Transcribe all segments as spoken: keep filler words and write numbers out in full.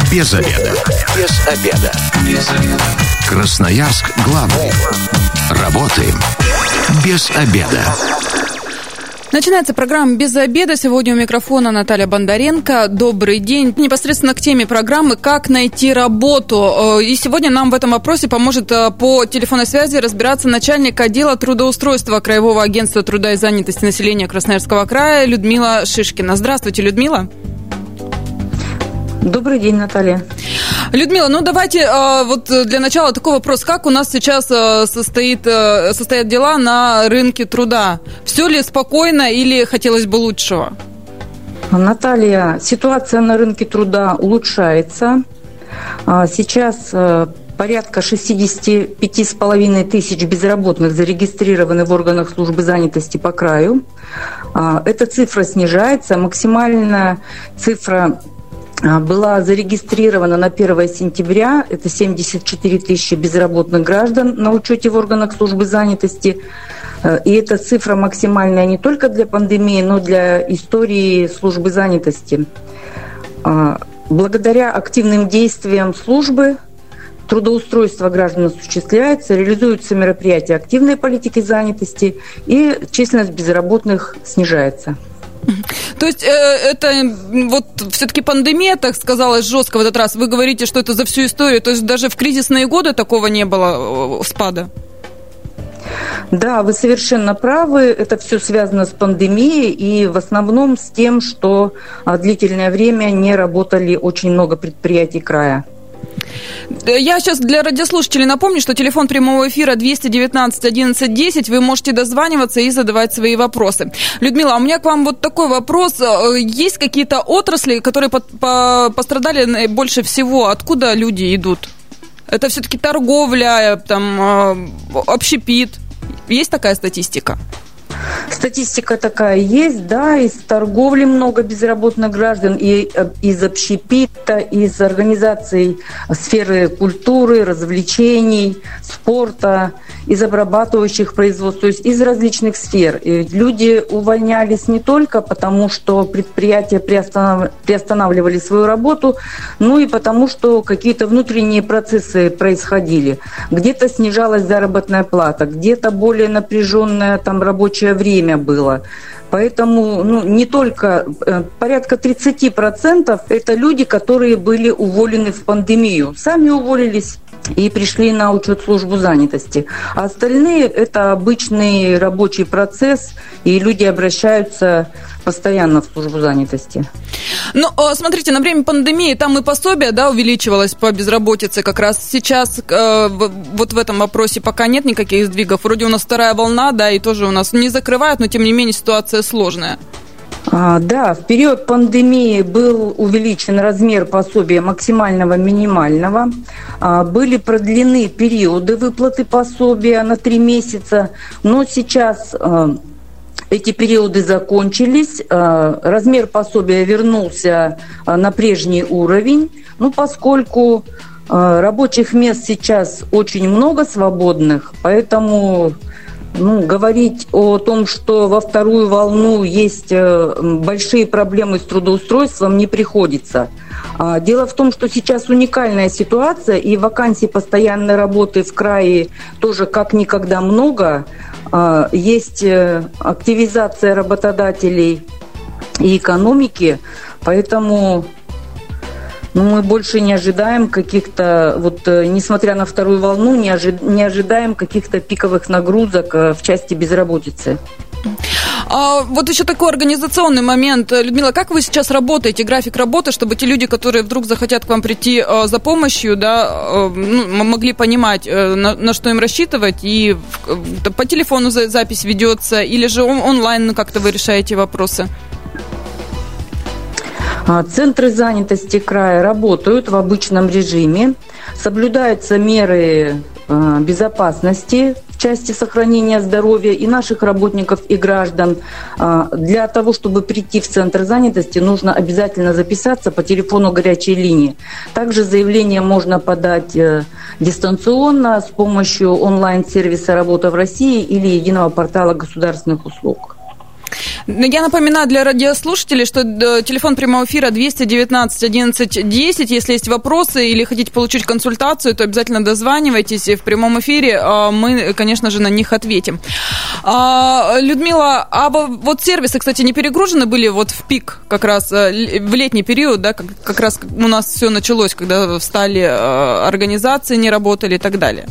Без обеда. Без обеда. Без обеда. Красноярск главный. Работаем без обеда. Начинается программа «Без обеда». Сегодня у микрофона Наталья Бондаренко. Добрый день. Непосредственно к теме программы «Как найти работу». И сегодня нам в этом вопросе поможет по телефонной связи разбираться начальник отдела трудоустройства Краевого агентства труда и занятости населения Красноярского края Людмила Шишкина. Здравствуйте, Людмила. Добрый день, Наталья. Людмила, ну давайте вот для начала такой вопрос. Как у нас сейчас состоит, состоят дела на рынке труда? Все ли спокойно или хотелось бы лучшего? Наталья, ситуация на рынке труда улучшается. Сейчас порядка шестьдесят пять с половиной тысяч безработных зарегистрированы в органах службы занятости по краю. Эта цифра снижается. Максимальная цифра была зарегистрирована на первое сентября. Это семьдесят четыре тысячи безработных граждан на учете в органах службы занятости. И эта цифра максимальная не только для пандемии, но и для истории службы занятости. Благодаря активным действиям службы трудоустройство граждан осуществляется, реализуются мероприятия активной политики занятости, и численность безработных снижается. То есть э, это вот все-таки пандемия, так сказалась, жестко в этот раз. Вы говорите, что это за всю историю, то есть даже в кризисные годы такого не было, спада? Да, вы совершенно правы. Это все связано с пандемией и в основном с тем, что длительное время не работали очень много предприятий края. Я сейчас для радиослушателей напомню, что телефон прямого эфира двести девятнадцать одиннадцать десять. Вы можете дозваниваться и задавать свои вопросы. Людмила, у меня к вам вот такой вопрос. Есть какие-то отрасли, которые пострадали больше всего? Откуда люди идут? Это все-таки торговля, там, общепит. Есть такая статистика? Статистика такая есть, да, из торговли много безработных граждан, и из общепита, из организаций сферы культуры, развлечений, спорта, из обрабатывающих производств, то есть из различных сфер. И люди увольнялись не только потому, что предприятия приостанов... приостанавливали свою работу, но и потому, что какие-то внутренние процессы происходили. Где-то снижалась заработная плата, где-то более напряженная там рабочая время было. Поэтому ну, не только, э, порядка тридцать процентов это люди, которые были уволены в пандемию. Сами уволились и пришли на учет в службу занятости. А остальные это обычный рабочий процесс, и люди обращаются постоянно в службу занятости. Ну, смотрите, на время пандемии там и пособие, да, увеличивалось по безработице как раз. Сейчас э, вот в этом вопросе пока нет никаких сдвигов. Вроде у нас вторая волна, да, и тоже у нас не закрывают, но тем не менее ситуация сложная. А, да, в период пандемии был увеличен размер пособия максимального, минимального. А, были продлены периоды выплаты пособия на три месяца, но сейчас а, эти периоды закончились. А, размер пособия вернулся а, на прежний уровень, ну, поскольку а, рабочих мест сейчас очень много свободных, поэтому... Ну, говорить о том, что во вторую волну есть большие проблемы с трудоустройством, не приходится. Дело в том, что сейчас уникальная ситуация, и вакансий постоянной работы в крае тоже как никогда много. Есть активизация работодателей и экономики, поэтому... Но мы больше не ожидаем каких-то, вот несмотря на вторую волну, не, ожи, не ожидаем каких-то пиковых нагрузок в части безработицы. А вот еще такой организационный момент. Людмила, как вы сейчас работаете, график работы, чтобы те люди, которые вдруг захотят к вам прийти за помощью, да, ну, могли понимать, на, на что им рассчитывать, и по телефону запись ведется, или же онлайн как-то вы решаете вопросы? Центры занятости края работают в обычном режиме, соблюдаются меры безопасности в части сохранения здоровья и наших работников, и граждан. Для того, чтобы прийти в центр занятости, нужно обязательно записаться по телефону горячей линии. Также заявление можно подать дистанционно с помощью онлайн-сервиса «Работа в России» или единого портала государственных услуг. Я напоминаю для радиослушателей, что телефон прямого эфира двести девятнадцать одиннадцать десять. Если есть вопросы или хотите получить консультацию, то обязательно дозванивайтесь в прямом эфире. Мы, конечно же, на них ответим. Людмила, а вот сервисы, кстати, не перегружены были вот в пик, как раз в летний период, да, как, как раз у нас все началось, когда встали организации, не работали и так далее?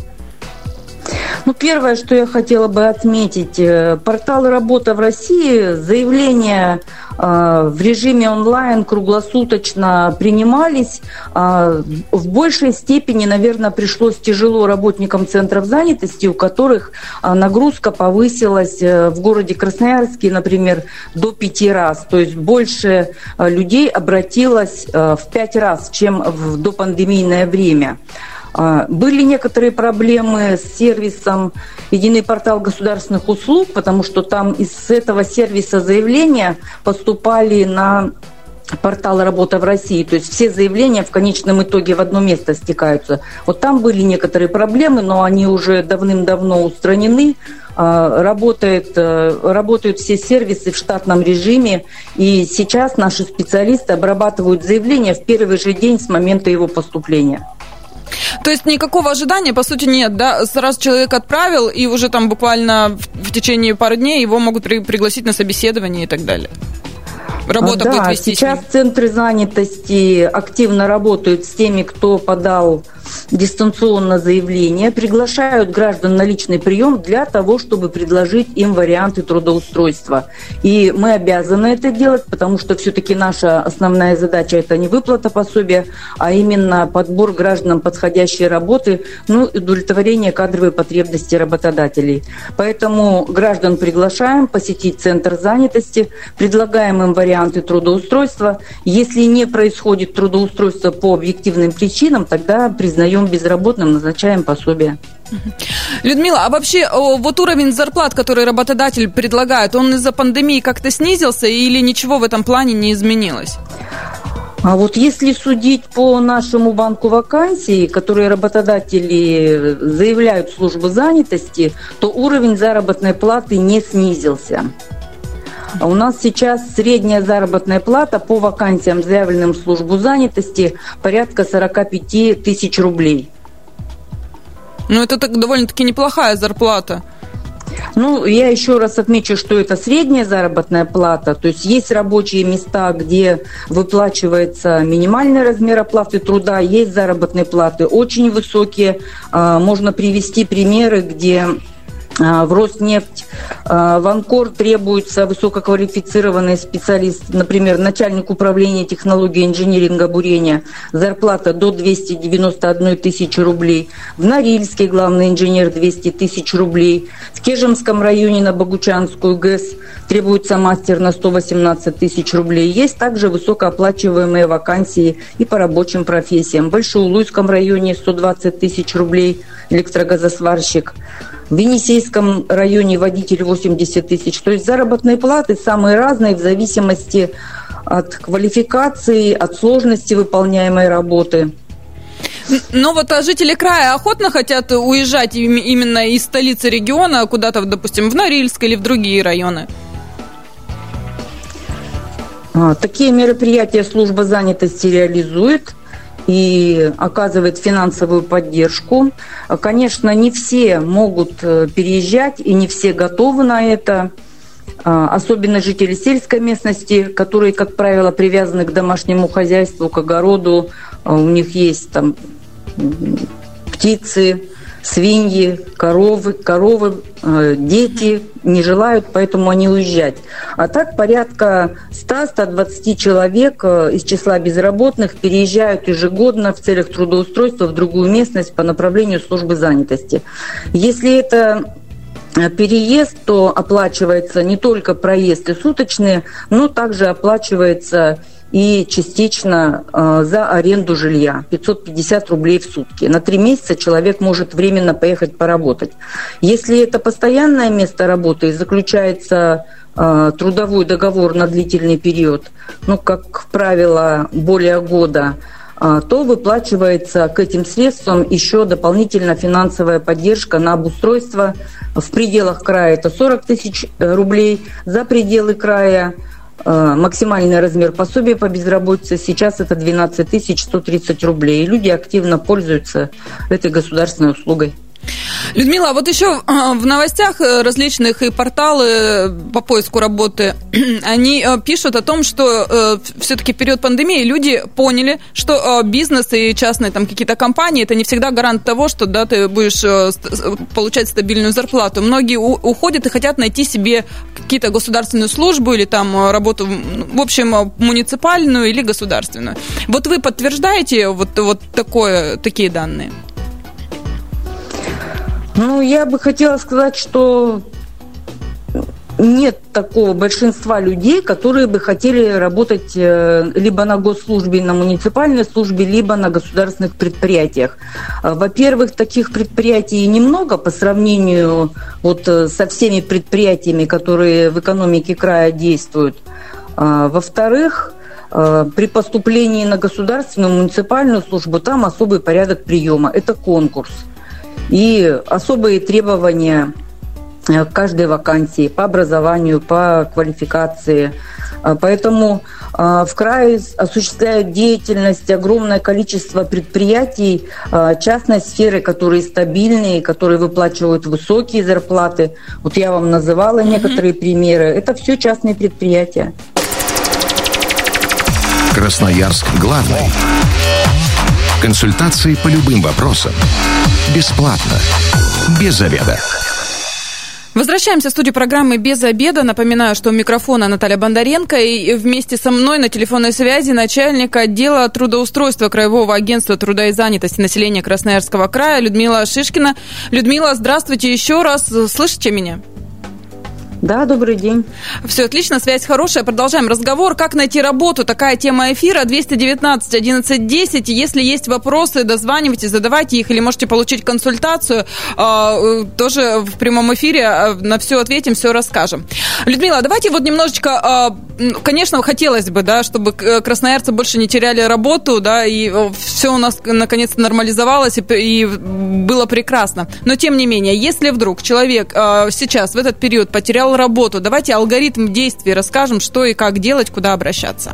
Ну, первое, что я хотела бы отметить, портал «Работа в России», заявления э, в режиме онлайн круглосуточно принимались. Э, в большей степени, наверное, пришлось тяжело работникам центров занятости, у которых э, нагрузка повысилась э, в городе Красноярске, например, до пяти раз. То есть больше э, людей обратилось э, в пять раз, чем в допандемийное время. Были некоторые проблемы с сервисом «Единый портал государственных услуг», потому что там из этого сервиса заявления поступали на портал «Работа в России». То есть все заявления в конечном итоге в одно место стекаются. Вот там были некоторые проблемы, но они уже давным-давно устранены. Работает, работают все сервисы в штатном режиме. И сейчас наши специалисты обрабатывают заявления в первый же день с момента его поступления. То есть никакого ожидания, по сути, нет, да? Сразу человек отправил, и уже там буквально в, в течение пары дней его могут при, пригласить на собеседование и так далее. Работа да, будет вести. Сейчас центры занятости активно работают с теми, кто подал дистанционно заявление, приглашают граждан на личный прием для того, чтобы предложить им варианты трудоустройства. И мы обязаны это делать, потому что все-таки наша основная задача – это не выплата пособия, а именно подбор гражданам подходящей работы, ну и удовлетворение кадровой потребности работодателей. Поэтому граждан приглашаем посетить центр занятости, предлагаем им варианты трудоустройства. Если не происходит трудоустройство по объективным причинам, тогда признаем безработным, назначаем пособие. Людмила, а вообще вот уровень зарплат, который работодатель предлагает, он из-за пандемии как-то снизился или ничего в этом плане не изменилось? А вот если судить по нашему банку вакансий, которые работодатели заявляют в службу занятости, то уровень заработной платы не снизился. У нас сейчас средняя заработная плата по вакансиям, заявленным в службу занятости, порядка сорок пять тысяч рублей. Ну, это так, довольно-таки неплохая зарплата. Ну, я еще раз отмечу, что это средняя заработная плата. То есть есть рабочие места, где выплачивается минимальный размер оплаты труда, есть заработные платы очень высокие. Можно привести примеры, где в Роснефть, в Анкор требуются высококвалифицированные специалисты, например, начальник управления технологии инжиниринга бурения, зарплата до двести девяносто одна тысяча рублей, в Норильске главный инженер двести тысяч рублей, в Кежемском районе на Богучанскую ГЭС требуется мастер на сто восемнадцать тысяч рублей. Есть также высокооплачиваемые вакансии и по рабочим профессиям. В Большеулуйском районе сто двадцать тысяч рублей электрогазосварщик. В Енисейском районе водитель восемьдесят тысяч. То есть заработные платы самые разные в зависимости от квалификации, от сложности выполняемой работы. Но вот а жители края охотно хотят уезжать именно из столицы региона куда-то, допустим, в Норильск или в другие районы? Такие мероприятия служба занятости реализует и оказывает финансовую поддержку. Конечно, не все могут переезжать и не все готовы на это. Особенно жители сельской местности, которые, как правило, привязаны к домашнему хозяйству, к огороду. У них есть там птицы, свиньи, коровы, коровы, дети не желают, поэтому они уезжать. А так порядка сто - сто двадцать человек из числа безработных переезжают ежегодно в целях трудоустройства в другую местность по направлению службы занятости. Если это переезд, то оплачивается не только проезд и суточные, но также оплачивается и частично э, за аренду жилья пятьсот пятьдесят рублей в сутки. На три месяца человек может временно поехать поработать. Если это постоянное место работы и заключается э, трудовой договор на длительный период, ну, как правило, более года, то выплачивается к этим средствам еще дополнительно финансовая поддержка на обустройство в пределах края. Это сорок тысяч рублей, за пределы края максимальный размер пособия по безработице сейчас это двенадцать тысяч сто тридцать рублей. И люди активно пользуются этой государственной услугой. Людмила, вот еще в новостях различных и порталы по поиску работы, они пишут о том, что все-таки в период пандемии люди поняли, что бизнес и частные там какие-то компании это не всегда гарант того, что да, ты будешь получать стабильную зарплату. Многие уходят и хотят найти себе какие-то государственную службу или там работу, в общем, муниципальную или государственную. Вот вы подтверждаете вот, вот такое, такие данные? Ну, я бы хотела сказать, что нет такого большинства людей, которые бы хотели работать либо на госслужбе, на муниципальной службе, либо на государственных предприятиях. Во-первых, таких предприятий немного по сравнению вот со всеми предприятиями, которые в экономике края действуют. Во-вторых, при поступлении на государственную муниципальную службу там особый порядок приема. Это конкурс. И особые требования к каждой вакансии по образованию, по квалификации. Поэтому в крае осуществляют деятельность огромное количество предприятий частной сферы, которые стабильные, которые выплачивают высокие зарплаты. Вот я вам называла некоторые примеры. Это все частные предприятия. Красноярск главный. Консультации по любым вопросам. Бесплатно. Без заведа. Возвращаемся в студию программы «Без обеда». Напоминаю, что у микрофона Наталья Бондаренко. И вместе со мной на телефонной связи начальник отдела трудоустройства Краевого агентства труда и занятости населения Красноярского края Людмила Шишкина. Людмила, здравствуйте еще раз. Слышите меня? Да, добрый день. Все отлично, связь хорошая. Продолжаем разговор. Как найти работу? Такая тема эфира. двести девятнадцать одиннадцать десять. Если есть вопросы, дозванивайтесь, задавайте их, или можете получить консультацию. Тоже в прямом эфире на все ответим, все расскажем. Людмила, давайте вот немножечко... Конечно, хотелось бы, да, чтобы красноярцы больше не теряли работу, да, и все у нас наконец-то нормализовалось, и, и было прекрасно. Но, тем не менее, если вдруг человек сейчас, в этот период, потерял работу, давайте алгоритм действий расскажем, что и как делать, куда обращаться.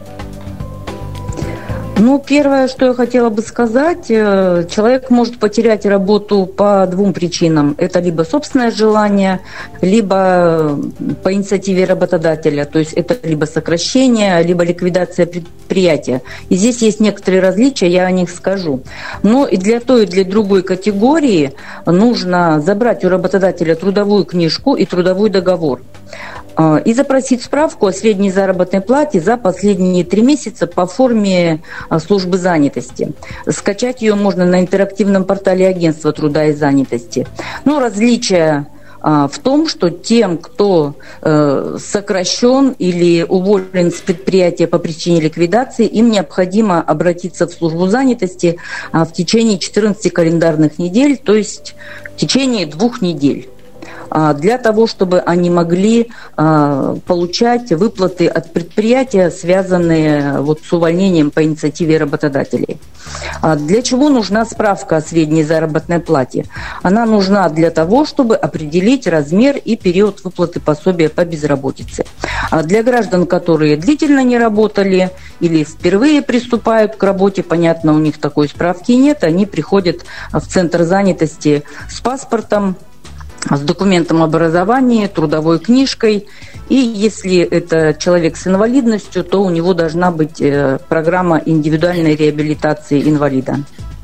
Ну, первое, что я хотела бы сказать, человек может потерять работу по двум причинам. Это либо собственное желание, либо по инициативе работодателя. То есть это либо сокращение, либо ликвидация предприятия. И здесь есть некоторые различия, я о них скажу. Но и для той, и для другой категории нужно забрать у работодателя трудовую книжку и трудовой договор. И запросить справку о средней заработной плате за последние три месяца по форме службы занятости. Скачать ее можно на интерактивном портале агентства труда и занятости. Но различие в том, что тем, кто сокращен или уволен с предприятия по причине ликвидации, им необходимо обратиться в службу занятости в течение четырнадцати календарных недель, то есть в течение двух недель, для того, чтобы они могли а, получать выплаты от предприятия, связанные вот с увольнением по инициативе работодателей. А для чего нужна справка о средней заработной плате? Она нужна для того, чтобы определить размер и период выплаты пособия по безработице. А для граждан, которые длительно не работали или впервые приступают к работе, понятно, у них такой справки нет, они приходят в центр занятости с паспортом, с документом образования, трудовой книжкой. И если это человек с инвалидностью, то у него должна быть программа индивидуальной реабилитации инвалида.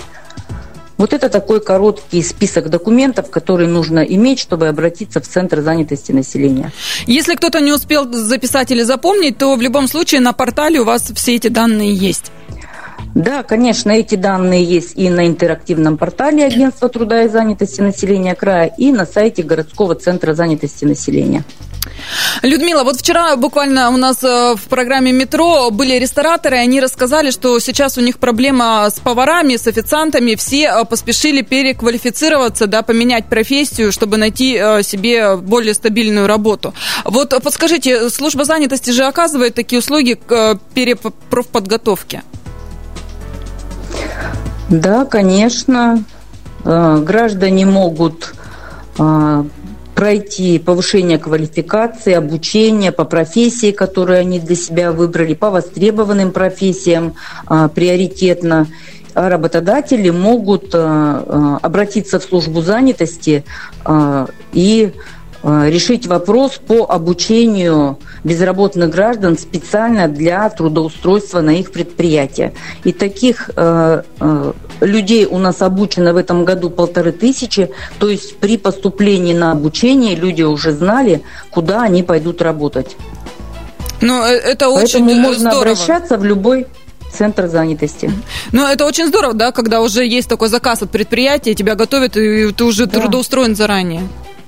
Вот это такой короткий список документов, которые нужно иметь, чтобы обратиться в Центр занятости населения. Если кто-то не успел записать или запомнить, то в любом случае на портале у вас все эти данные есть. Да, конечно, эти данные есть и на интерактивном портале Агентства труда и занятости населения края, и на сайте городского центра занятости населения. Людмила, вот вчера буквально у нас в программе «Метро» были рестораторы, и они рассказали, что сейчас у них проблема с поварами, с официантами. Все поспешили переквалифицироваться, да, поменять профессию, чтобы найти себе более стабильную работу. Вот подскажите, служба занятости же оказывает такие услуги перепрофподготовки? Да, конечно. Граждане могут пройти повышение квалификации, обучение по профессии, которую они для себя выбрали, по востребованным профессиям приоритетно. А работодатели могут обратиться в службу занятости и решить вопрос по обучению безработных граждан специально для трудоустройства на их предприятия. И таких э, э, людей у нас обучено в этом году полторы тысячи, то есть при поступлении на обучение люди уже знали, куда они пойдут работать. Ну, это очень Поэтому можно здорово. обращаться в любой центр занятости. Ну, это очень здорово, да, когда уже есть такой заказ от предприятия, тебя готовят, и ты уже да. трудоустроен заранее.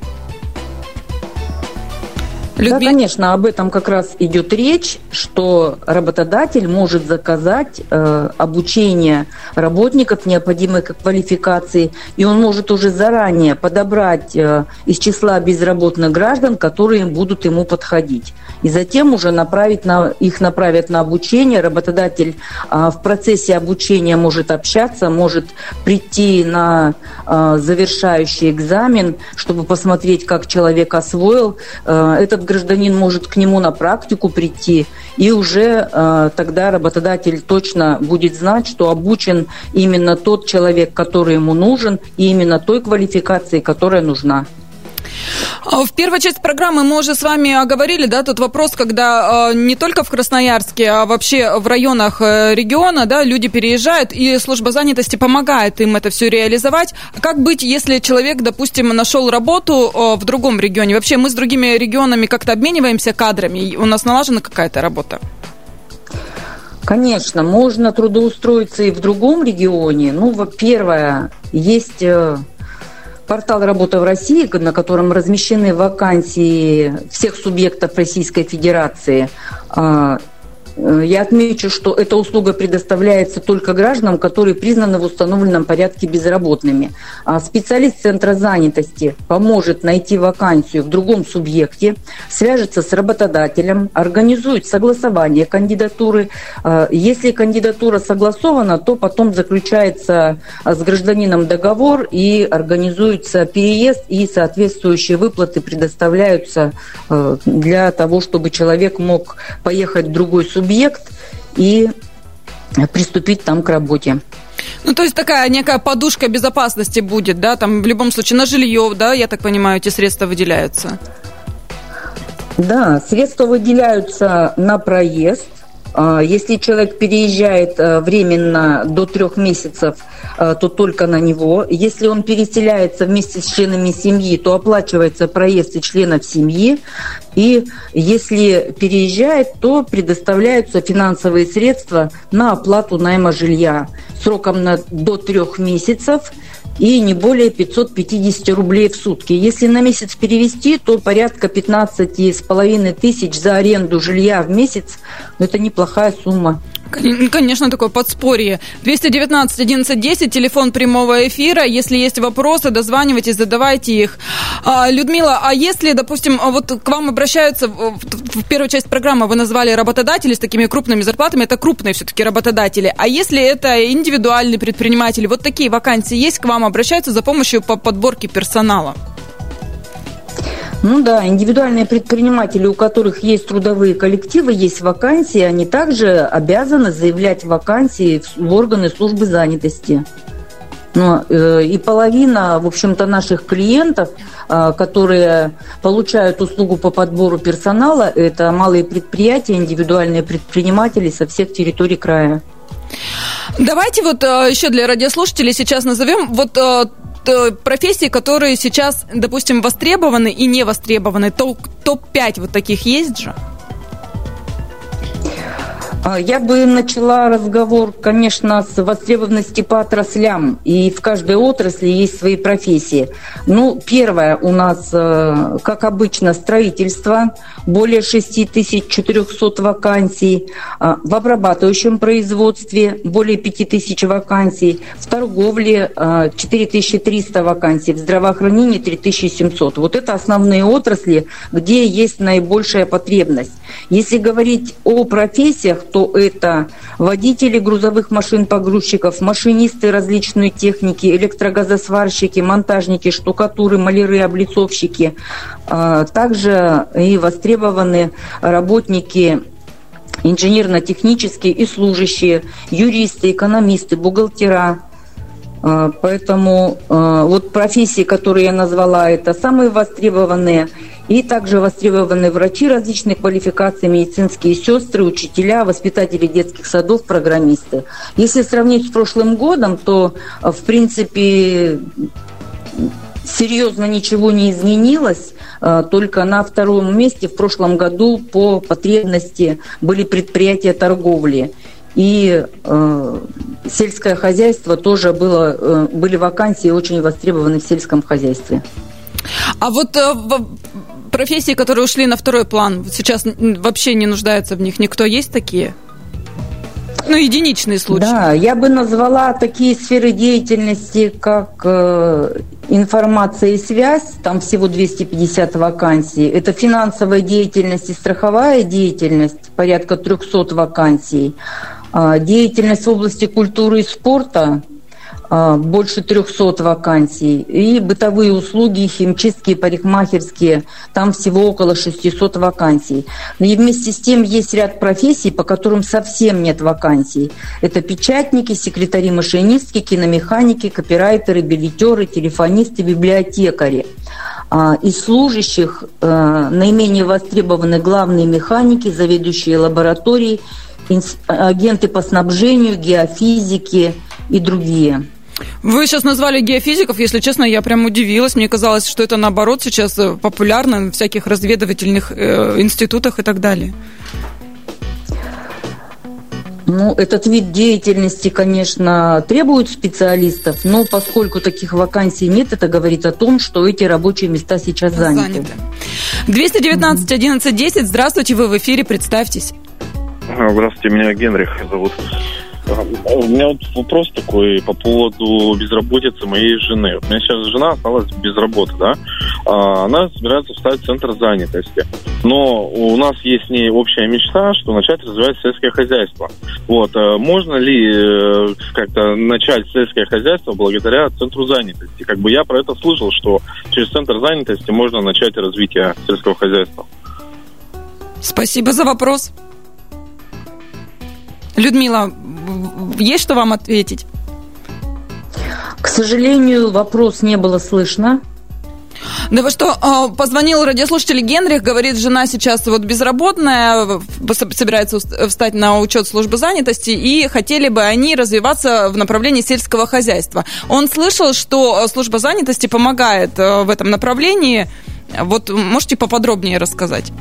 Да, конечно, об этом как раз идет речь, что работодатель может заказать э, обучение работников необходимой квалификации, и он может уже заранее подобрать э, из числа безработных граждан, которые будут ему подходить. И затем уже направить на, их направят на обучение. Работодатель э, в процессе обучения может общаться, может прийти на э, завершающий экзамен, чтобы посмотреть, как человек освоил э, этот гражданин может к нему на практику прийти, и уже э, тогда работодатель точно будет знать, что обучен именно тот человек, который ему нужен, и именно той квалификации, которая нужна. В первой части программы мы уже с вами оговорили, да, тот вопрос, когда э, не только в Красноярске, а вообще в районах э, региона, да, люди переезжают, и служба занятости помогает им это все реализовать. Как быть, если человек, допустим, нашел работу э, в другом регионе? Вообще мы с другими регионами как-то обмениваемся кадрами? У нас налажена какая-то работа? Конечно, можно трудоустроиться и в другом регионе. Ну, во-первых, есть... Э, Портал «Работа в России», на котором размещены вакансии всех субъектов Российской Федерации. Я отмечу, что эта услуга предоставляется только гражданам, которые признаны в установленном порядке безработными. Специалист Центра занятости поможет найти вакансию в другом субъекте, свяжется с работодателем, организует согласование кандидатуры. Если кандидатура согласована, то потом заключается с гражданином договор и организуется переезд, и соответствующие выплаты предоставляются для того, чтобы человек мог поехать в другой субъект, субъект и приступить там к работе. Ну, то есть такая некая подушка безопасности будет, да, там в любом случае на жилье, да, я так понимаю, эти средства выделяются? Да, средства выделяются на проезд. Если человек переезжает временно до трех месяцев, то только на него. Если он переселяется вместе с членами семьи, то оплачивается проезд и членов семьи. И если переезжает, то предоставляются финансовые средства на оплату найма жилья сроком на, до трех месяцев и не более пятьсот пятьдесят рублей в сутки. Если на месяц перевести, то порядка пятнадцать с половиной тысяч за аренду жилья в месяц. Это неплохая сумма. Конечно, такое подспорье. двести девятнадцать одиннадцать десять, телефон прямого эфира. Если есть вопросы, дозванивайтесь, задавайте их. А, Людмила, а если, допустим, вот к вам обращаются, в, в первую часть программы вы назвали работодатели с такими крупными зарплатами, это крупные все-таки работодатели. А если это индивидуальные предприниматели, вот такие вакансии есть, к вам обращаются за помощью по подборке персонала? Ну да, индивидуальные предприниматели, у которых есть трудовые коллективы, есть вакансии, они также обязаны заявлять вакансии в органы службы занятости. Ну, э, и половина, в общем-то, наших клиентов, э, которые получают услугу по подбору персонала, это малые предприятия, индивидуальные предприниматели со всех территорий края. Давайте вот э, еще для радиослушателей сейчас назовем вот э, профессии, которые сейчас, допустим, востребованы и не востребованы. топ пять вот таких есть же? Я бы начала разговор, конечно, с востребованности по отраслям. И в каждой отрасли есть свои профессии. Ну, первое у нас, как обычно, строительство. Более шесть тысяч четыреста вакансий. В обрабатывающем производстве более пять тысяч вакансий. В торговле четыре тысячи триста вакансий. В здравоохранении три тысячи семьсот. Вот это основные отрасли, где есть наибольшая потребность. Если говорить о профессиях, то это водители грузовых машин-погрузчиков, машинисты различной техники, электрогазосварщики, монтажники, штукатуры, маляры, облицовщики. Также и востребованы работники инженерно-технические и служащие, юристы, экономисты, бухгалтера. Поэтому вот профессии, которые я назвала, это самые востребованные. И также востребованы врачи различных квалификаций, медицинские сестры, учителя, воспитатели детских садов, программисты. Если сравнить с прошлым годом, то, в принципе, серьезно ничего не изменилось. Только на втором месте в прошлом году по потребности были предприятия торговли. И э, сельское хозяйство тоже было, э, были вакансии очень востребованы в сельском хозяйстве. А вот э, профессии, которые ушли на второй план, сейчас вообще не нуждаются в них никто? Есть такие? Ну, единичные случаи. Да, я бы назвала такие сферы деятельности, как э, информация и связь, там всего двести пятьдесят вакансий. Это финансовая деятельность и страховая деятельность, порядка триста вакансий. Э, деятельность в области культуры и спорта, э, больше триста вакансий. И бытовые услуги, химчистки, парикмахерские, там всего около шестьсот вакансий. И вместе с тем есть ряд профессий, по которым совсем нет вакансий. Это печатники, секретари-машинистки, киномеханики, копирайтеры, билетеры, телефонисты, библиотекари. Из служащих наименее востребованы главные механики, заведующие лабораторией, агенты по снабжению, геофизики и другие. Вы сейчас назвали геофизиков, если честно, я прям удивилась. Мне казалось, что это наоборот сейчас популярно в всяких разведывательных э, институтах и так далее. Ну, этот вид деятельности, конечно, требует специалистов, но поскольку таких вакансий нет, это говорит о том, что эти рабочие места сейчас заняты. заняты. двести девятнадцать одиннадцать десять, здравствуйте, вы в эфире, представьтесь. Здравствуйте, меня Генрих зовут. У меня вот вопрос такой по поводу безработицы моей жены. У меня сейчас жена осталась без работы, да? Она собирается встать в центр занятости. Но у нас есть с ней общая мечта, что начать развивать сельское хозяйство. Вот. Можно ли как-то начать сельское хозяйство благодаря центру занятости? Как бы я про это слышал, что через центр занятости можно начать развитие сельского хозяйства. Спасибо за вопрос. Людмила, есть что вам ответить? К сожалению, вопрос не было слышно. Да вы что, позвонил радиослушатель Генрих, говорит, жена сейчас вот безработная, собирается встать на учет службы занятости, и хотели бы они развиваться в направлении сельского хозяйства. Он слышал, что служба занятости помогает в этом направлении. Вот можете поподробнее рассказать?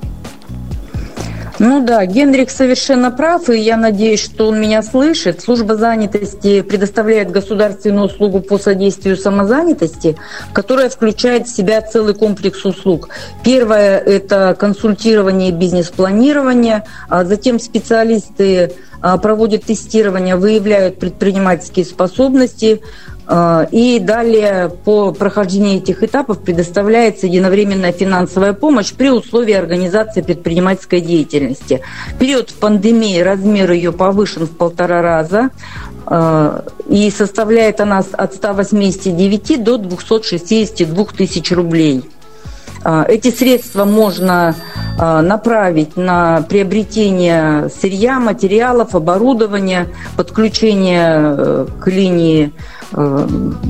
Ну да, Генрих совершенно прав, и я надеюсь, что он меня слышит. Служба занятости предоставляет государственную услугу по содействию самозанятости, которая включает в себя целый комплекс услуг. Первое – это консультирование и бизнес-планирование, а затем специалисты проводят тестирование, выявляют предпринимательские способности, и далее по прохождении этих этапов предоставляется единовременная финансовая помощь при условии организации предпринимательской деятельности. В период пандемии размер ее повышен в полтора раза, и составляет она от ста восьмидесяти девяти до двухсот шестидесяти двух тысяч рублей. Эти средства можно направить на приобретение сырья, материалов, оборудования, подключение к линии, к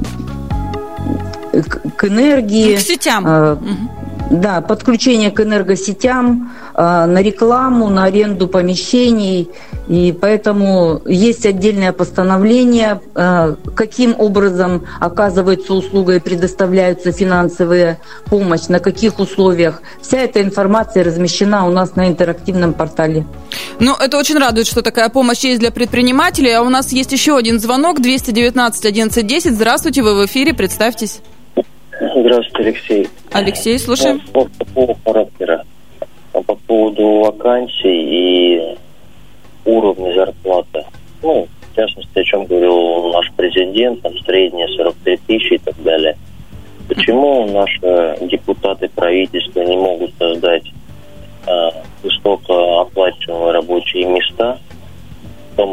энергии. К сетям. Да, подключение к энергосетям, на рекламу, на аренду помещений. И поэтому есть отдельное постановление, каким образом оказывается услуга и предоставляется финансовая помощь, на каких условиях. Вся эта информация размещена у нас на интерактивном портале. Ну, это очень радует, что такая помощь есть для предпринимателей. А у нас есть еще один звонок, двести девятнадцать одиннадцать десять. Здравствуйте, вы в эфире, представьтесь. Здравствуйте, Алексей. Алексей, слушаем. По такого характера. По поводу вакансий и уровня зарплаты. Ну, в частности, о чем говорил наш президент, там средняя сорок три тысячи и так далее. Почему наши депутаты правительства не могут создать э, высокооплачиваемые рабочие места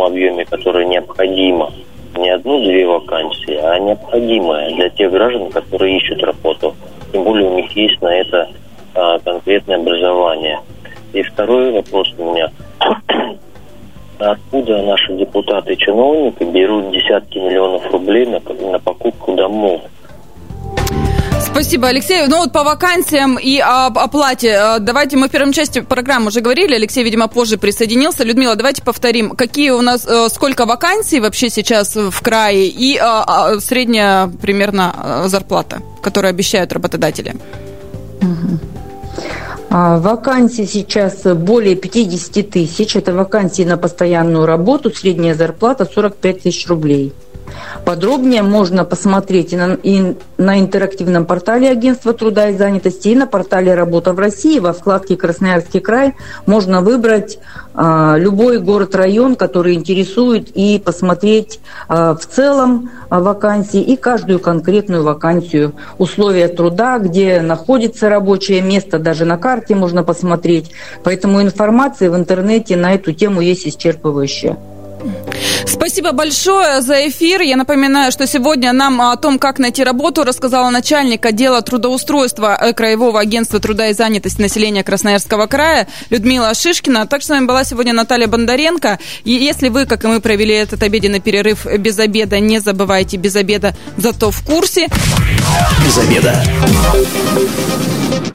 объеме, которое необходимо. Не одну-две вакансии, а необходимое для тех граждан, которые ищут работу. Тем более у них есть на это а, конкретное образование. И второй вопрос у меня. Откуда наши депутаты и чиновники берут десятки миллионов рублей на, на покупку домов? Спасибо, Алексей. Ну вот по вакансиям и об оплате. Давайте мы в первом части программы уже говорили. Алексей, видимо, позже присоединился. Людмила, давайте повторим. Какие у нас, сколько вакансий вообще сейчас в крае и а, средняя примерно зарплата, которую обещают работодатели? Угу. Вакансий сейчас более пятьдесят тысяч. Это вакансии на постоянную работу. Средняя зарплата сорок пять тысяч рублей. Подробнее можно посмотреть и на, и на интерактивном портале Агентства труда и занятости, и на портале «Работа в России». Во вкладке «Красноярский край» можно выбрать а, любой город-район, который интересует, и посмотреть а, в целом а, вакансии и каждую конкретную вакансию. Условия труда, где находится рабочее место, даже на карте можно посмотреть. Поэтому информация в интернете на эту тему есть исчерпывающая. Спасибо большое за эфир. Я напоминаю, что сегодня нам о том, как найти работу, рассказала начальник отдела трудоустройства Краевого агентства труда и занятости населения Красноярского края Людмила Шишкина. Так что с вами была сегодня Наталья Бондаренко. И если вы, как и мы, провели этот обеденный перерыв без обеда, не забывайте, без обеда, зато в курсе. Без обеда.